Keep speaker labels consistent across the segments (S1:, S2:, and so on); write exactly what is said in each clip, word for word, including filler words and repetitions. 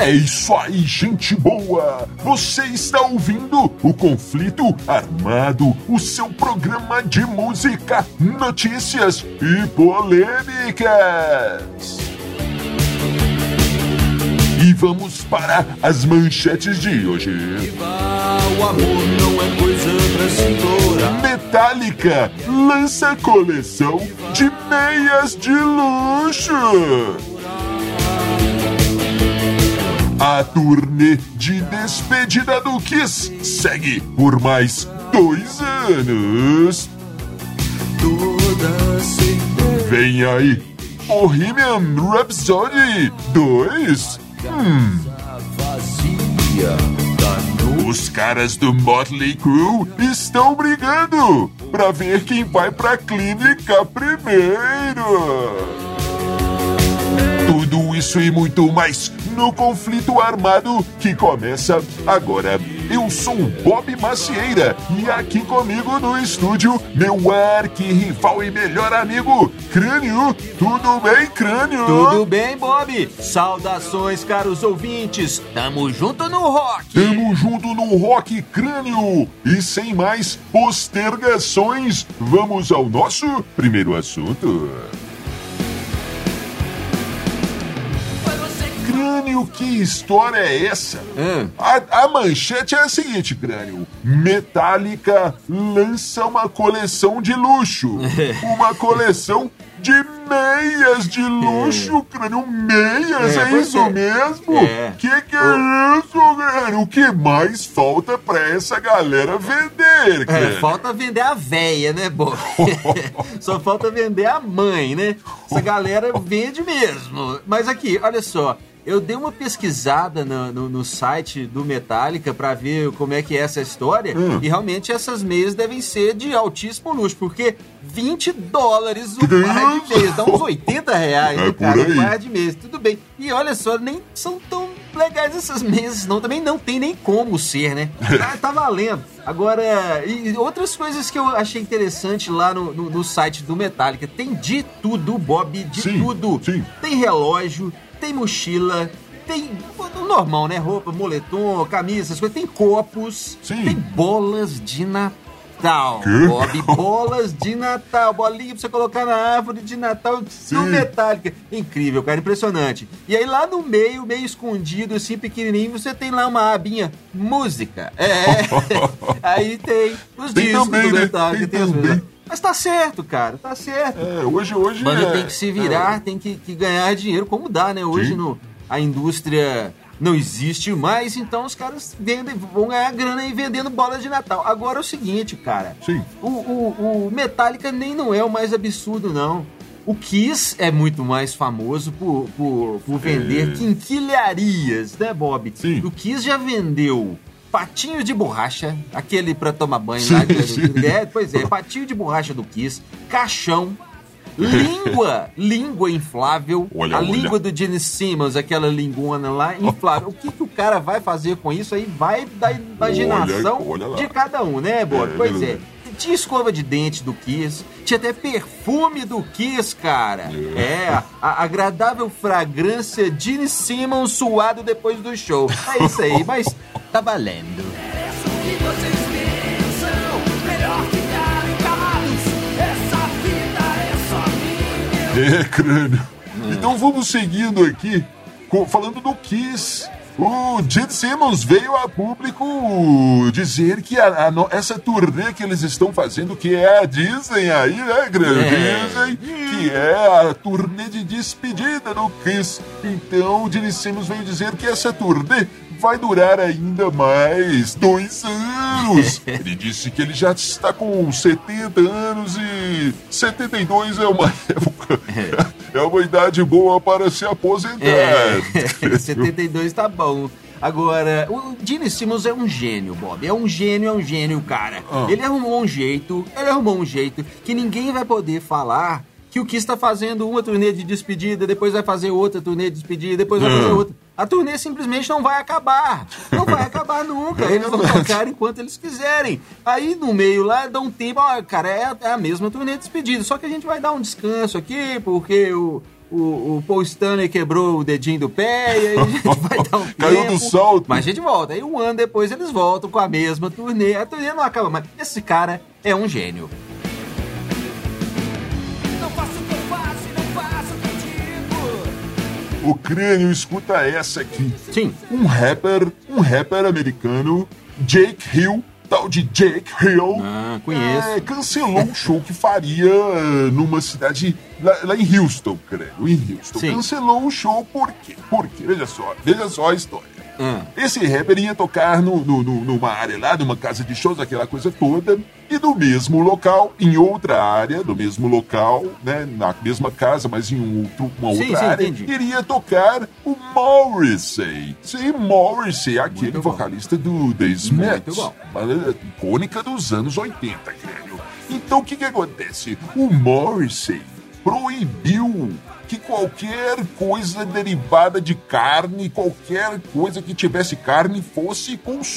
S1: É isso aí, gente boa! Você está ouvindo o Conflito Armado, o seu programa de música, notícias e polêmicas. E vamos para as manchetes de hoje.
S2: O amor não é coisa pra se implorar.
S1: Metallica lança coleção de meias de luxo. A turnê de despedida do Kiss segue por mais dois anos. Vem aí, Bohemian Rhapsody dois. Hum. Os caras do Motley Crue estão brigando pra ver quem vai pra clínica primeiro. Tudo isso e muito mais no Conflito Armado que começa agora. Eu sou o Bob Macieira e aqui comigo no estúdio, meu arquirrival e melhor amigo, Crânio. Tudo bem, Crânio?
S2: Tudo bem, Bob? Saudações, caros ouvintes. Tamo junto no rock.
S1: Tamo junto no rock, Crânio. E sem mais postergações, vamos ao nosso primeiro assunto. Crânio, que história é essa?
S2: Hum.
S1: A, a manchete é a seguinte, Crânio. Metallica lança uma coleção de luxo. Uma coleção de meias de luxo, Crânio. Meias, é, é isso é. mesmo?
S2: É.
S1: Que que é isso, Crânio? O que mais falta pra essa galera vender, Crânio?
S2: É, falta vender a véia, né, Bob? Só falta vender a mãe, né? Essa galera vende mesmo. Mas aqui, olha só. Eu dei uma pesquisada no, no, no site do Metallica pra ver como é que é essa história hum. e realmente essas meias devem ser de altíssimo luxo, porque vinte dólares o par de meias, dá uns oitenta reais,
S1: é
S2: né, cara,
S1: o
S2: par de meias, tudo bem. E olha só, nem são tão legais essas meias, não, também não tem nem como ser, né? Tá, tá valendo. Agora, e outras coisas que eu achei interessante lá no, no, no site do Metallica, tem de tudo, Bob, de
S1: sim,
S2: tudo.
S1: Sim.
S2: Tem relógio, tem mochila, tem o normal, né? Roupa, moletom, camisa, essas coisas. Tem copos,
S1: Sim.
S2: tem bolas de Natal,
S1: que?
S2: Bob. Bolas de Natal, bolinha pra você colocar na árvore de Natal do Metallica. Incrível, cara, impressionante. E aí lá no meio, meio escondido, assim, pequenininho, você tem lá uma abinha música. É, aí tem os
S1: tem
S2: discos
S1: também,
S2: do
S1: né?
S2: Metallica.
S1: Tem
S2: tem
S1: também.
S2: As... Mas tá certo, cara, tá certo.
S1: É, hoje, hoje...
S2: Banda
S1: é...
S2: tem que se virar,
S1: é.
S2: tem que, que ganhar dinheiro, como dá, né? Hoje no, a indústria não existe mais, então os caras vendem, vão ganhar grana aí vendendo bolas de Natal. Agora é o seguinte, cara.
S1: Sim.
S2: O, o, o Metallica nem não é o mais absurdo, não. O Kiss é muito mais famoso por, por, por vender é. quinquilharias, né, Bob?
S1: Sim.
S2: O Kiss já vendeu... patinho de borracha, aquele pra tomar banho
S1: sim,
S2: lá.
S1: sim.
S2: É, pois é, patinho de borracha do Kiss, caixão, língua, língua inflável,
S1: olha,
S2: a
S1: olha.
S2: língua do Gene Simmons, aquela linguona lá, inflável. O que, que o cara vai fazer com isso aí vai da imaginação
S1: olha, olha
S2: de cada um, né, Bob?
S1: É,
S2: pois
S1: é.
S2: é. Tinha escova de dente do Kiss, tinha até perfume do Kiss, cara. É, é a, a agradável fragrância Gene Simmons suado depois do show. É isso aí, mas tá valendo.
S1: É, Crânio. Hum. Então vamos seguindo aqui, falando do Kiss. O Gene Simmons veio a público dizer que a, a, essa turnê que eles estão fazendo, que é a Disney aí, né, Crânio?
S2: É.
S1: Dizem que é a turnê de despedida do Kiss. Então o Gene Simmons veio dizer que essa turnê vai durar ainda mais dois anos. Ele disse que ele já está com setenta anos e setenta e dois é uma época, é uma idade boa para se aposentar.
S2: É, setenta e dois tá bom. Agora, o Gene Simmons é um gênio, Bob. É um gênio, é um gênio, cara. Ah. Ele arrumou um jeito, ele arrumou um jeito que ninguém vai poder falar que o Kiss está fazendo uma turnê de despedida, depois vai fazer outra turnê de despedida, depois vai fazer outra. A turnê simplesmente não vai acabar. Não vai acabar nunca. Eles vão tocar enquanto eles quiserem. Aí no meio lá dá um tempo, ó, cara, é a, é a mesma turnê de despedida. Só que a gente vai dar um descanso aqui, porque o, o, o Paul Stanley quebrou o dedinho do pé e aí a gente vai dar um tempo.
S1: Caiu do salto.
S2: Mas a gente volta. Aí um ano depois eles voltam com a mesma turnê. A turnê não acaba mais. Esse cara é um gênio.
S3: Não faço o que eu faço e não faço o que eu digo.
S1: O Crânio, escuta essa aqui.
S2: Sim.
S1: Um rapper, um rapper americano, Jake Hill, tal de Jake Hill,
S2: Ah, conheço.
S1: é, cancelou um show que faria uh, numa cidade lá, lá em Houston, creio, em Houston.
S2: Sim.
S1: Cancelou um show por quê? Por quê? Veja só, veja só a história.
S2: Ah.
S1: Esse rapper ia tocar no, no, no, numa área lá, numa casa de shows, aquela coisa toda, e no mesmo local, em outra área, no mesmo local, né, na mesma casa, mas em um outro, uma
S2: Sim,
S1: outra
S2: sim,
S1: área,
S2: entendi.
S1: iria tocar o Morrissey. Sim, Morrissey, aquele
S2: Muito bom.
S1: vocalista do The Smiths,
S2: Muito bom.
S1: banda icônica dos anos oitenta, creio. Então, o que que acontece? O Morrissey proibiu que qualquer coisa derivada de carne, qualquer coisa que tivesse carne, fosse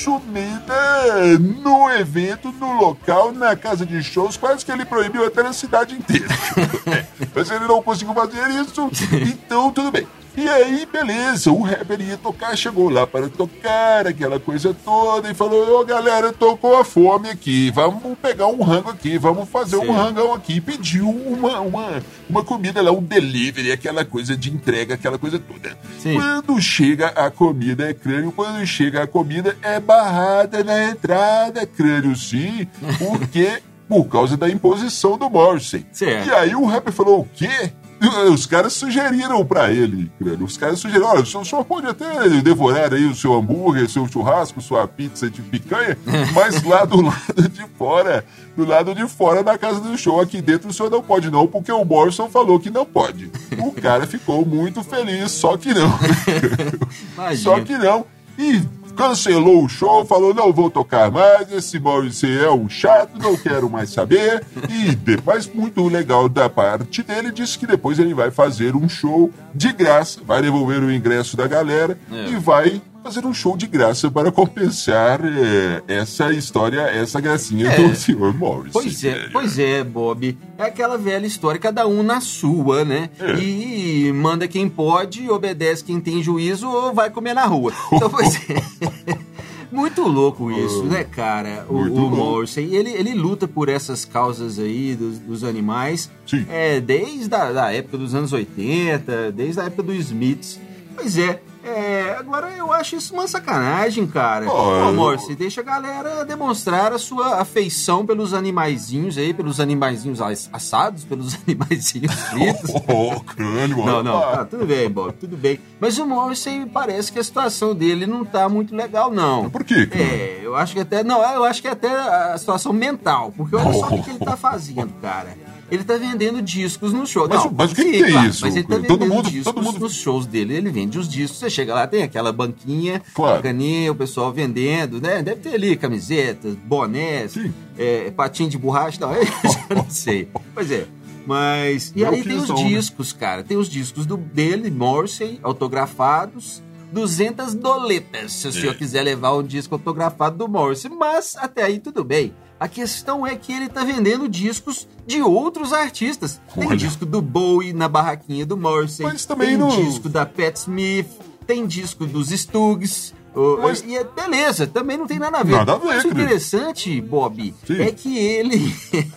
S1: consumida no evento, no local, na casa de shows. Quase que ele proibiu até na cidade inteira. É, mas ele não conseguiu fazer isso, então tudo bem. E aí, beleza, o rapper ia tocar, chegou lá para tocar, aquela coisa toda, e falou, ô galera, eu tô com a fome aqui, vamos pegar um rango aqui, vamos fazer
S2: Sim.
S1: um rangão aqui. Pediu uma, uma, uma comida lá, um delivery, aquela coisa de entrega, aquela coisa toda.
S2: Sim.
S1: Quando chega a comida, é crânio, quando chega a comida, é barrada na entrada, crânio sim, porque por causa da imposição do Morrissey.
S2: Certo.
S1: E aí o rapper falou, o quê? Os caras sugeriram pra ele, crânio. Os caras sugeriram, olha, o senhor, o senhor pode até devorar aí o seu hambúrguer, seu churrasco, sua pizza de picanha, mas lá do lado de fora, do lado de fora da casa do show, aqui dentro o senhor não pode não, porque o Morrison falou que não pode. O cara ficou muito feliz, só que não.
S2: Imagina.
S1: Só que não. E cancelou o show, falou, não vou tocar mais, esse Morrissey é um chato, não quero mais saber. E depois, muito legal da parte dele, disse que depois ele vai fazer um show de graça, vai devolver o ingresso da galera
S2: É.
S1: e vai fazer um show de graça para compensar é, essa história, essa gracinha
S2: É.
S1: do senhor Morrissey.
S2: Pois é, pois é, Bob. É aquela velha história, cada um na sua, né?
S1: É.
S2: E manda quem pode, obedece quem tem juízo ou vai comer na rua. Então, pois é. Muito louco isso, né, cara? O,
S1: Muito
S2: o
S1: louco.
S2: Morrissey, ele, ele luta por essas causas aí dos, dos animais.
S1: Sim.
S2: É, desde a da época dos anos oitenta, desde a época dos Smiths. Pois é. É, agora eu acho isso uma sacanagem, cara.
S1: Oh,
S2: Ô,
S1: eu-
S2: Morrissey, deixa a galera demonstrar a sua afeição pelos animaizinhos aí, pelos animaizinhos as- assados, pelos animaizinhos fritos.
S1: Oh, crânio,
S2: Não, não,
S1: ah,
S2: tá, tudo bem, Bob, tudo bem. Mas o Morrissey parece que a situação dele não tá muito legal, não.
S1: Por quê, cara?
S2: É, eu acho que até. Não, eu acho que até a situação mental. Porque olha só o que, que ele tá fazendo, cara. Ele tá vendendo discos no show.
S1: Mas
S2: Não,
S1: o- mas o que
S2: sim,
S1: que tem
S2: claro,
S1: isso?
S2: Mas ele tá
S1: Todo
S2: vendendo
S1: mundo-
S2: discos
S1: todo mundo-
S2: nos shows dele. Ele vende os discos. Você chega lá, tem aquela banquinha,
S1: Claro.
S2: bacaninha, o pessoal vendendo, né? Deve ter ali camisetas, bonés,
S1: Sim.
S2: é, patinho de borracha. Não, eu já não sei. Pois é. Mas. E
S1: É o
S2: aí
S1: que
S2: tem os
S1: são, né?
S2: discos, cara. Tem os discos do, dele, Morrissey, autografados. duzentas doletas, se o senhor quiser levar um disco autografado do Morrissey. Mas até aí tudo bem. A questão é que ele tá vendendo discos de outros artistas. Tem
S1: Olha.
S2: disco do Bowie na barraquinha do Morrissey.
S1: Mas também
S2: tem
S1: não-
S2: disco da Pat Smith. Tem disco dos Stooges. o-
S1: Mas-
S2: E é beleza, também não tem nada a ver.
S1: Nada a ver,
S2: Mas o
S1: querido.
S2: interessante, Bob,
S1: Sim.
S2: é que ele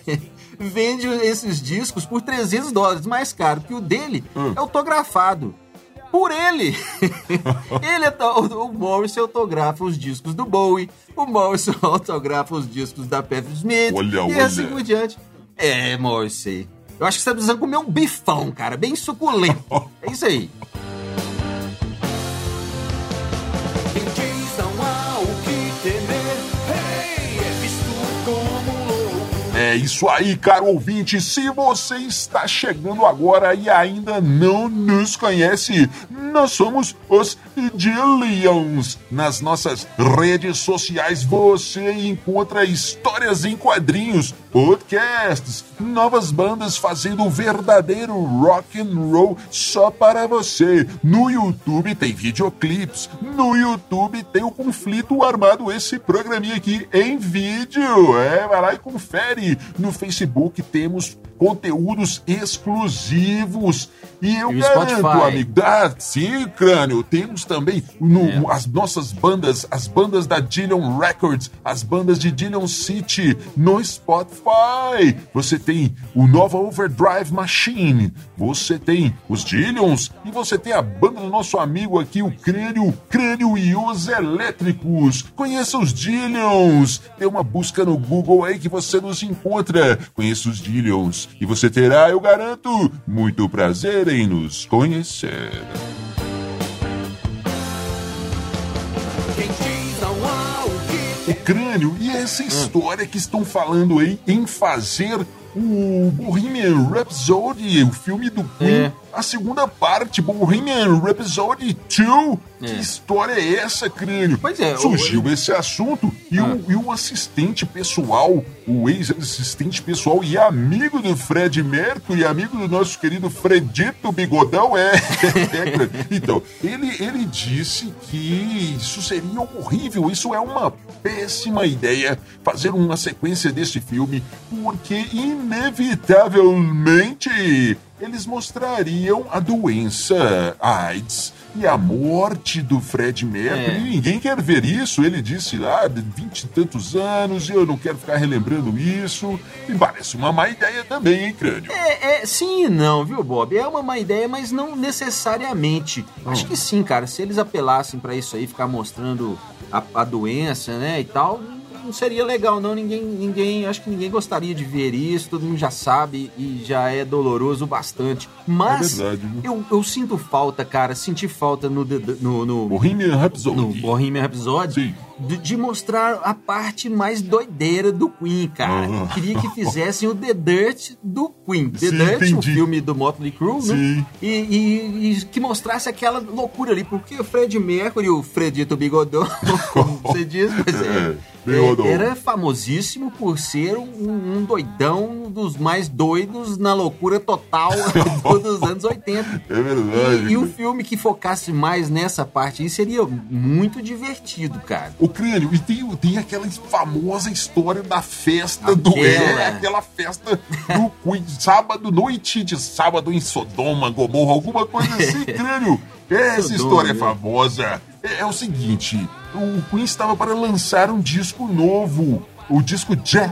S2: vende esses discos por trezentos dólares, mais caro que o dele,
S1: Hum.
S2: é autografado. Por ele. ele é to- o Morrissey autografa os discos do Bowie, o Morrissey autografa os discos da Pat Smith
S1: Olha,
S2: e
S1: olha.
S2: assim por diante. É, Morrissey. Eu acho que você tá precisando comer um bifão, cara, bem suculento. É isso aí.
S3: Quem diz não há o que temer, hey, é visto como um louco.
S1: É isso aí, caro ouvinte. Se você está chegando agora e ainda não nos conhece, nós somos os Dillions. Nas nossas redes sociais você encontra histórias em quadrinhos, podcasts, novas bandas fazendo o verdadeiro rock and roll só para você. No YouTube tem videoclipes, no YouTube tem o Conflito Armado, esse programinha aqui em vídeo. É, vai lá e confere. no Facebook temos conteúdos exclusivos. E eu
S2: E o
S1: garanto,
S2: Spotify.
S1: amigo, ah, sim, Crânio, temos também no,
S2: É.
S1: as nossas bandas, as bandas da Dillion Records, as bandas de Dillion City no Spotify. Você tem o Nova Overdrive Machine, você tem os Dillions e você tem a banda do nosso amigo aqui, o Crânio, Crânio e os Elétricos. Conheça os Dillions. Dê uma busca no Google aí que você nos encontra. Conheça os Dillions e você terá, eu garanto, muito prazer em nos conhecer.
S3: Quem diz não há o que
S1: O Crânio, e essa história que estão falando aí em fazer o Bohemian Rhapsody, o filme do Queen,
S2: É.
S1: a segunda parte, Bohemian Rhapsody dois.
S2: É.
S1: Que história é essa, Crânio?
S2: Pois é,
S1: Surgiu
S2: o-
S1: esse assunto e,
S2: Ah.
S1: o, e o assistente pessoal, o ex-assistente pessoal e amigo do Fred Mercury, amigo do nosso querido Fredito Bigodão, é. é Crânio. Então, ele, ele disse que isso seria horrível, isso é uma péssima ideia, fazer uma sequência desse filme, porque inevitavelmente eles mostrariam a doença a AIDS e a morte do Fred Mercury.
S2: É.
S1: Ninguém quer ver isso. Ele disse lá, de vinte e tantos anos, e eu não quero ficar relembrando isso. Me parece uma má ideia também, hein, Crânio?
S2: É, é, sim e não, viu, Bob? É uma má ideia, mas não necessariamente. Acho que sim, cara. Se eles apelassem pra isso aí, ficar mostrando a, a doença, né, e tal, não seria legal, não. Ninguém, ninguém, acho que ninguém gostaria de ver isso. Todo mundo já sabe e já é doloroso bastante. Mas
S1: É verdade, viu?
S2: eu, eu sinto falta, cara. Senti falta no, no, no,
S1: Bohemian Rhapsody.
S2: no Bohemian Rhapsody
S1: Sim.
S2: de, de mostrar a parte mais doideira do Queen, cara.
S1: Ah.
S2: Queria que fizessem o The Dirt do Queen. The
S1: Sim,
S2: Dirt, o
S1: entendi.
S2: filme do Motley Crue, né?
S1: Sim.
S2: E, e- e que mostrasse aquela loucura ali, porque o Fred Mercury, o Fredito Bigodão, como você diz, pois é,
S1: É, Bigodão.
S2: é, era famosíssimo por ser um, um doidão dos mais doidos na loucura total dos anos oitenta.
S1: É verdade.
S2: E, e um filme que focasse mais nessa parte aí seria muito divertido, cara.
S1: O Crânio, e tem, tem aquela famosa história da festa do...
S2: Aquela.
S1: É, aquela festa do Queen, sábado, noite de sábado em Sodoma, Gomorra, alguma coisa assim, Crânio. Essa
S2: Sodoma,
S1: história é
S2: né?
S1: famosa. É, é o seguinte, o Queen estava para lançar um disco novo, o disco Jazz.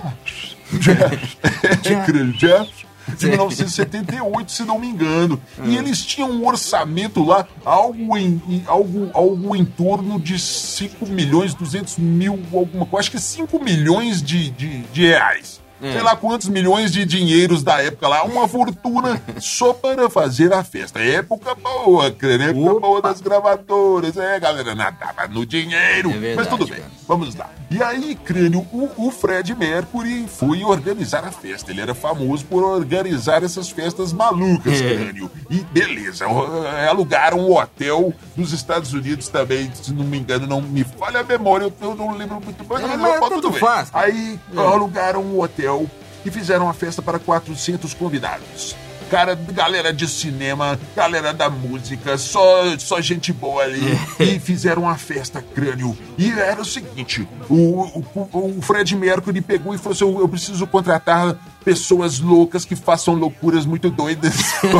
S1: Jazz. É, Crânio, Jazz. De mil novecentos e setenta e oito, se não me engano. E eles tinham um orçamento lá, algo em, em- algo, algo em torno de cinco milhões, duzentos mil, alguma coisa, acho que cinco milhões de, de, de reais.
S2: É.
S1: Sei lá quantos milhões de dinheiros da época lá, uma fortuna só para fazer a festa. Época boa, cara, época
S2: Opa.
S1: boa das gravadoras. É, galera, nadava no dinheiro.
S2: É verdade,
S1: Mas tudo bem,
S2: cara.
S1: vamos lá. E aí, Crânio, o, o Fred Mercury foi organizar a festa. Ele era famoso por organizar essas festas malucas,
S2: É.
S1: Crânio. E beleza, o- alugaram um hotel nos Estados Unidos também, se não me engano, não me falha a memória, eu, eu não lembro muito bem,
S2: É,
S1: mas,
S2: mas
S1: mas
S2: tanto
S1: tudo bem.
S2: faz.
S1: Aí
S2: É.
S1: alugaram um hotel e fizeram uma festa para quatrocentos convidados. Cara, galera de cinema, galera da música, só, só gente boa ali. E fizeram uma festa, Crânio. E era o seguinte, o, o, o Fred Mercury pegou e falou assim, eu preciso contratar pessoas loucas que façam loucuras muito doidas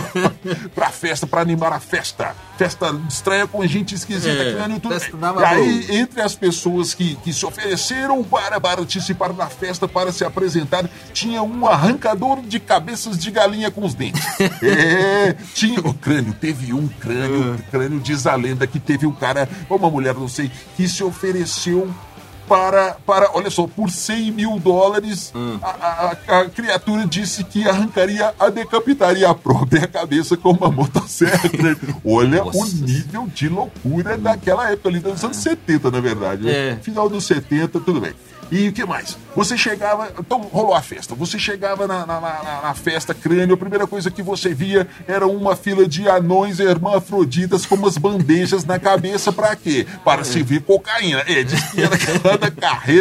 S1: pra festa, pra animar a festa. Festa estranha com gente esquisita,
S2: É,
S1: Crânio, tudo
S2: festa
S1: bem.
S2: da
S1: E aí,
S2: Babu.
S1: entre as pessoas que, que se ofereceram para participar da festa, para se apresentar, tinha um arrancador de cabeças de galinha com os dentes. É, tinha o Crânio, teve um crânio, crânio diz a lenda que teve um cara, ou uma mulher, não sei, que se ofereceu para, para olha só, por cem mil dólares, a, a- a criatura disse que arrancaria, a decapitaria a própria cabeça com uma motosserra. Olha
S2: Nossa.
S1: o nível de loucura daquela época ali, dos anos setenta, na verdade. Né?
S2: É.
S1: Final dos setenta, tudo bem. E o que mais? Você chegava, então rolou a festa, você chegava na, na, na- na festa, Crânio, a primeira coisa que você via era uma fila de anões hermafroditas com umas bandejas na cabeça, pra quê? Para servir cocaína. É, diz que era cada carreira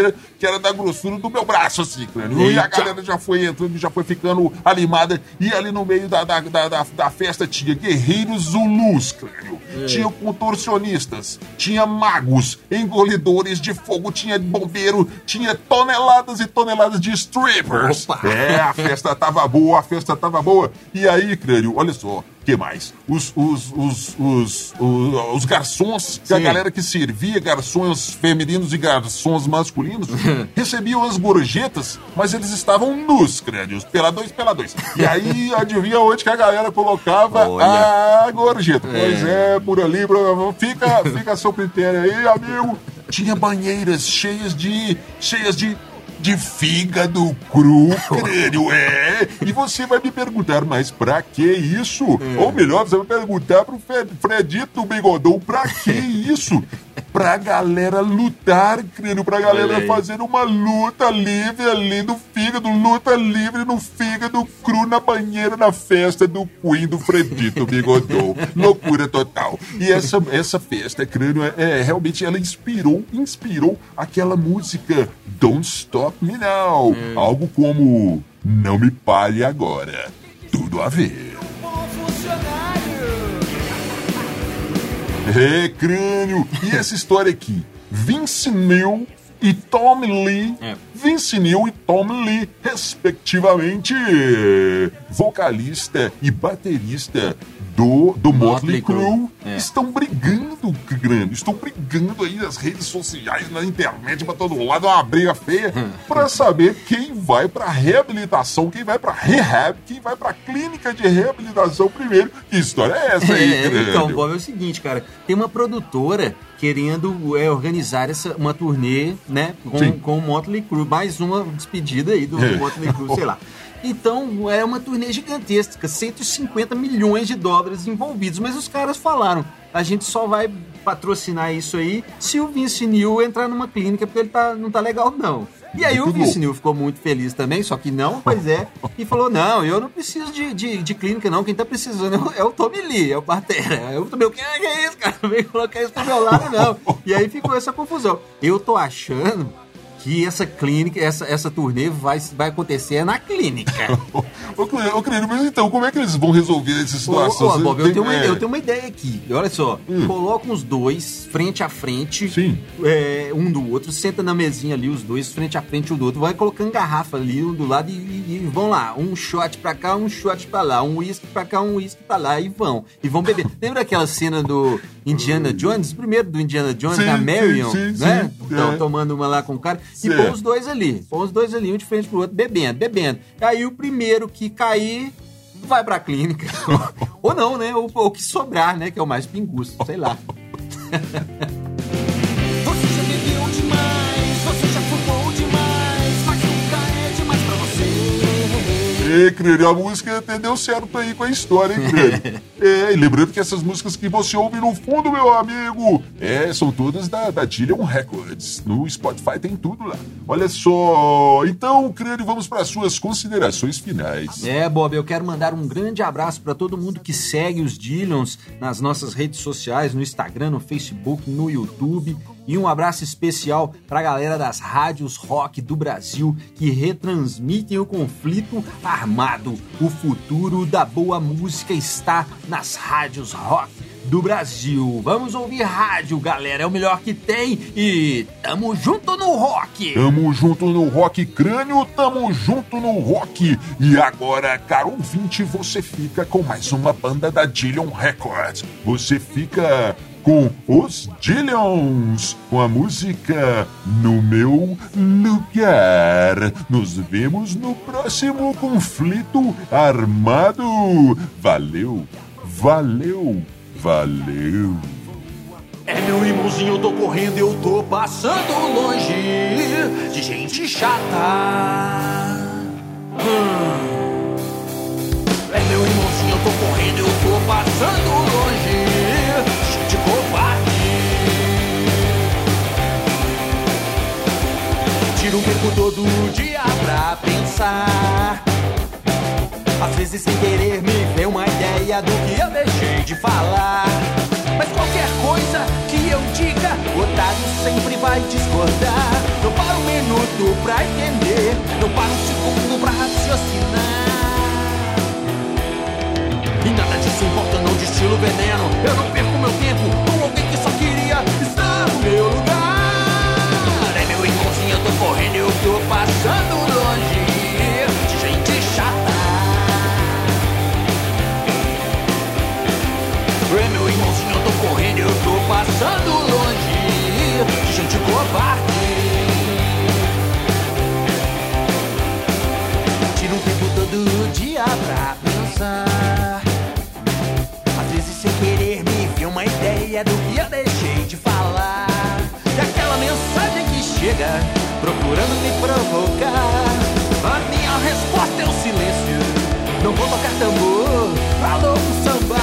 S1: que era da grossura do meu braço, assim, crânio. E a galera já foi entrando, já foi ficando animada. E ali no meio da, da, da, da, da festa tinha guerreiros zulus, crânio. É. Tinha contorcionistas, tinha magos, engolidores de fogo, tinha bombeiro, tinha toneladas e toneladas de strippers. Opa. É, a festa tava boa, a festa tava boa. E aí, crânio, olha só. Que mais? Os, os, os, os, os, os garçons, a galera que servia, garçons femininos e garçons masculinos, recebiam as gorjetas, mas eles estavam nus, crânios, peladões, peladões. E aí, adivinha onde que a galera colocava Olha. a gorjeta? É. Pois é, por ali, fica, fica a seu critério aí, amigo. Tinha banheiras cheias de, cheias de... de fígado cru, crânio, é. E você vai me perguntar, mas pra que isso? É. Ou melhor, você vai perguntar pro Fredito Bigodão, pra que isso? Pra galera lutar, crânio, pra galera fazer uma luta livre ali no fígado, luta livre no fígado cru na banheira, na festa do Queen do Fredito Bigodão. Loucura total. E essa, essa festa, crânio, é, é, realmente ela inspirou, inspirou aquela música Don't Stop Me Now. Hum. Algo como Não Me Pare Agora. Tudo a ver. É, crânio. E essa história aqui? Vince Neil e Tommy Lee. É. Vince Neil e Tommy Lee, respectivamente, vocalista e baterista do, do Motley Crue, é. estão brigando, crânio. Estão brigando aí nas redes sociais, na internet, pra todo lado, uma briga feia, pra saber quem vai pra reabilitação, quem vai pra rehab, quem vai pra clínica de reabilitação primeiro. Que história é essa aí,
S2: é, crânio? Então, Bob, é o seguinte, cara, tem uma produtora querendo é, organizar essa, uma turnê, né, com, com o Motley Crue, mais uma despedida aí do, do Motley Crue, sei lá. Então, é uma turnê gigantesca, cento e cinquenta milhões de dólares envolvidos, mas os caras falaram, a gente só vai patrocinar isso aí se o Vince Neil entrar numa clínica, porque ele tá, não tá legal não. E aí o Vince Neil ficou muito feliz também, só que não, pois é, e falou, não, eu não preciso de, de, de clínica não, quem tá precisando é o Tommy Lee, é o batera. Eu também, o que é isso, cara? Não vem colocar isso do meu lado não. E aí ficou essa confusão. Eu tô achando que essa clínica, essa, essa turnê vai, vai acontecer na clínica.
S1: Ô, Crânio, mas então, como é que eles vão resolver essa situação?
S2: Ô, ô, Bob, eu, tenho uma, eu tenho uma ideia aqui. Olha só, hum. coloca os dois frente a frente,
S1: Sim.
S2: É, um do outro, senta na mesinha ali, os dois frente a frente um do outro, vai colocando garrafa ali, um do lado e, e, e vão lá. Um shot pra cá, um shot pra lá, um uísque pra cá, um uísque pra lá, e vão. E vão beber. Lembra aquela cena do Indiana Jones? Primeiro do Indiana Jones, sim, da Marion, sim, sim, né?
S1: Sim,
S2: então,
S1: é.
S2: tomando uma lá com o cara. E pôr os dois ali, pôr os dois ali, um de frente pro outro, bebendo, bebendo. Aí o primeiro que cair, vai pra clínica. Ou não, né? Ou o que sobrar, né? Que é o mais pinguço, sei lá.
S3: Você já bebeu demais, você já fumou demais, mas nunca é demais pra você.
S1: É, Crânio, a música até deu certo aí com a história, hein, Crânio? É, e lembrando que essas músicas que você ouve no fundo, meu amigo, é, são todas da, da Dillion Records. No Spotify tem tudo lá. Olha só. Então, Crânio, vamos para as suas considerações finais.
S2: É, Bob, eu quero mandar um grande abraço para todo mundo que segue os Dillions nas nossas redes sociais, no Instagram, no Facebook, no YouTube. E um abraço especial para a galera das rádios rock do Brasil que retransmitem o conflito armado. O futuro da boa música está nas rádios rock do Brasil. Vamos ouvir rádio, galera, é o melhor que tem e tamo junto no rock.
S1: Tamo junto no rock, Crânio, tamo junto no rock. E agora, caro ouvinte, você fica com mais uma banda da Dillion Records. Você fica com os Dillions, com a música No Meu Lugar. Nos vemos no próximo conflito armado. Valeu, valeu, valeu.
S3: É, meu irmãozinho, eu tô correndo, eu tô passando longe de gente chata. Hum. É, meu irmãozinho, eu tô correndo, eu tô passando longe de covarde. Tiro o tempo todo dia pra pensar. Às vezes sem querer me vem uma ideia do que eu deixei de falar. Mas qualquer coisa que eu diga, o otário sempre vai discordar. Não paro um minuto minuto pra entender, não para um segundo pra raciocinar. E nada disso importa, não destilo veneno. Eu não perco meu tempo com alguém que só queria estar no meu lugar. É meu irmãozinho, eu tô correndo, eu tô passando longe de gente chata. É meu irmãozinho, eu tô correndo, eu tô passando longe de gente covarde. Tiro um tempo todo dia pra pensar. Às vezes sem querer me vem uma ideia do que eu deixei de falar. E aquela mensagem que chega procurando me provocar. A minha resposta é o silêncio. Não vou tocar tambor, alô samba.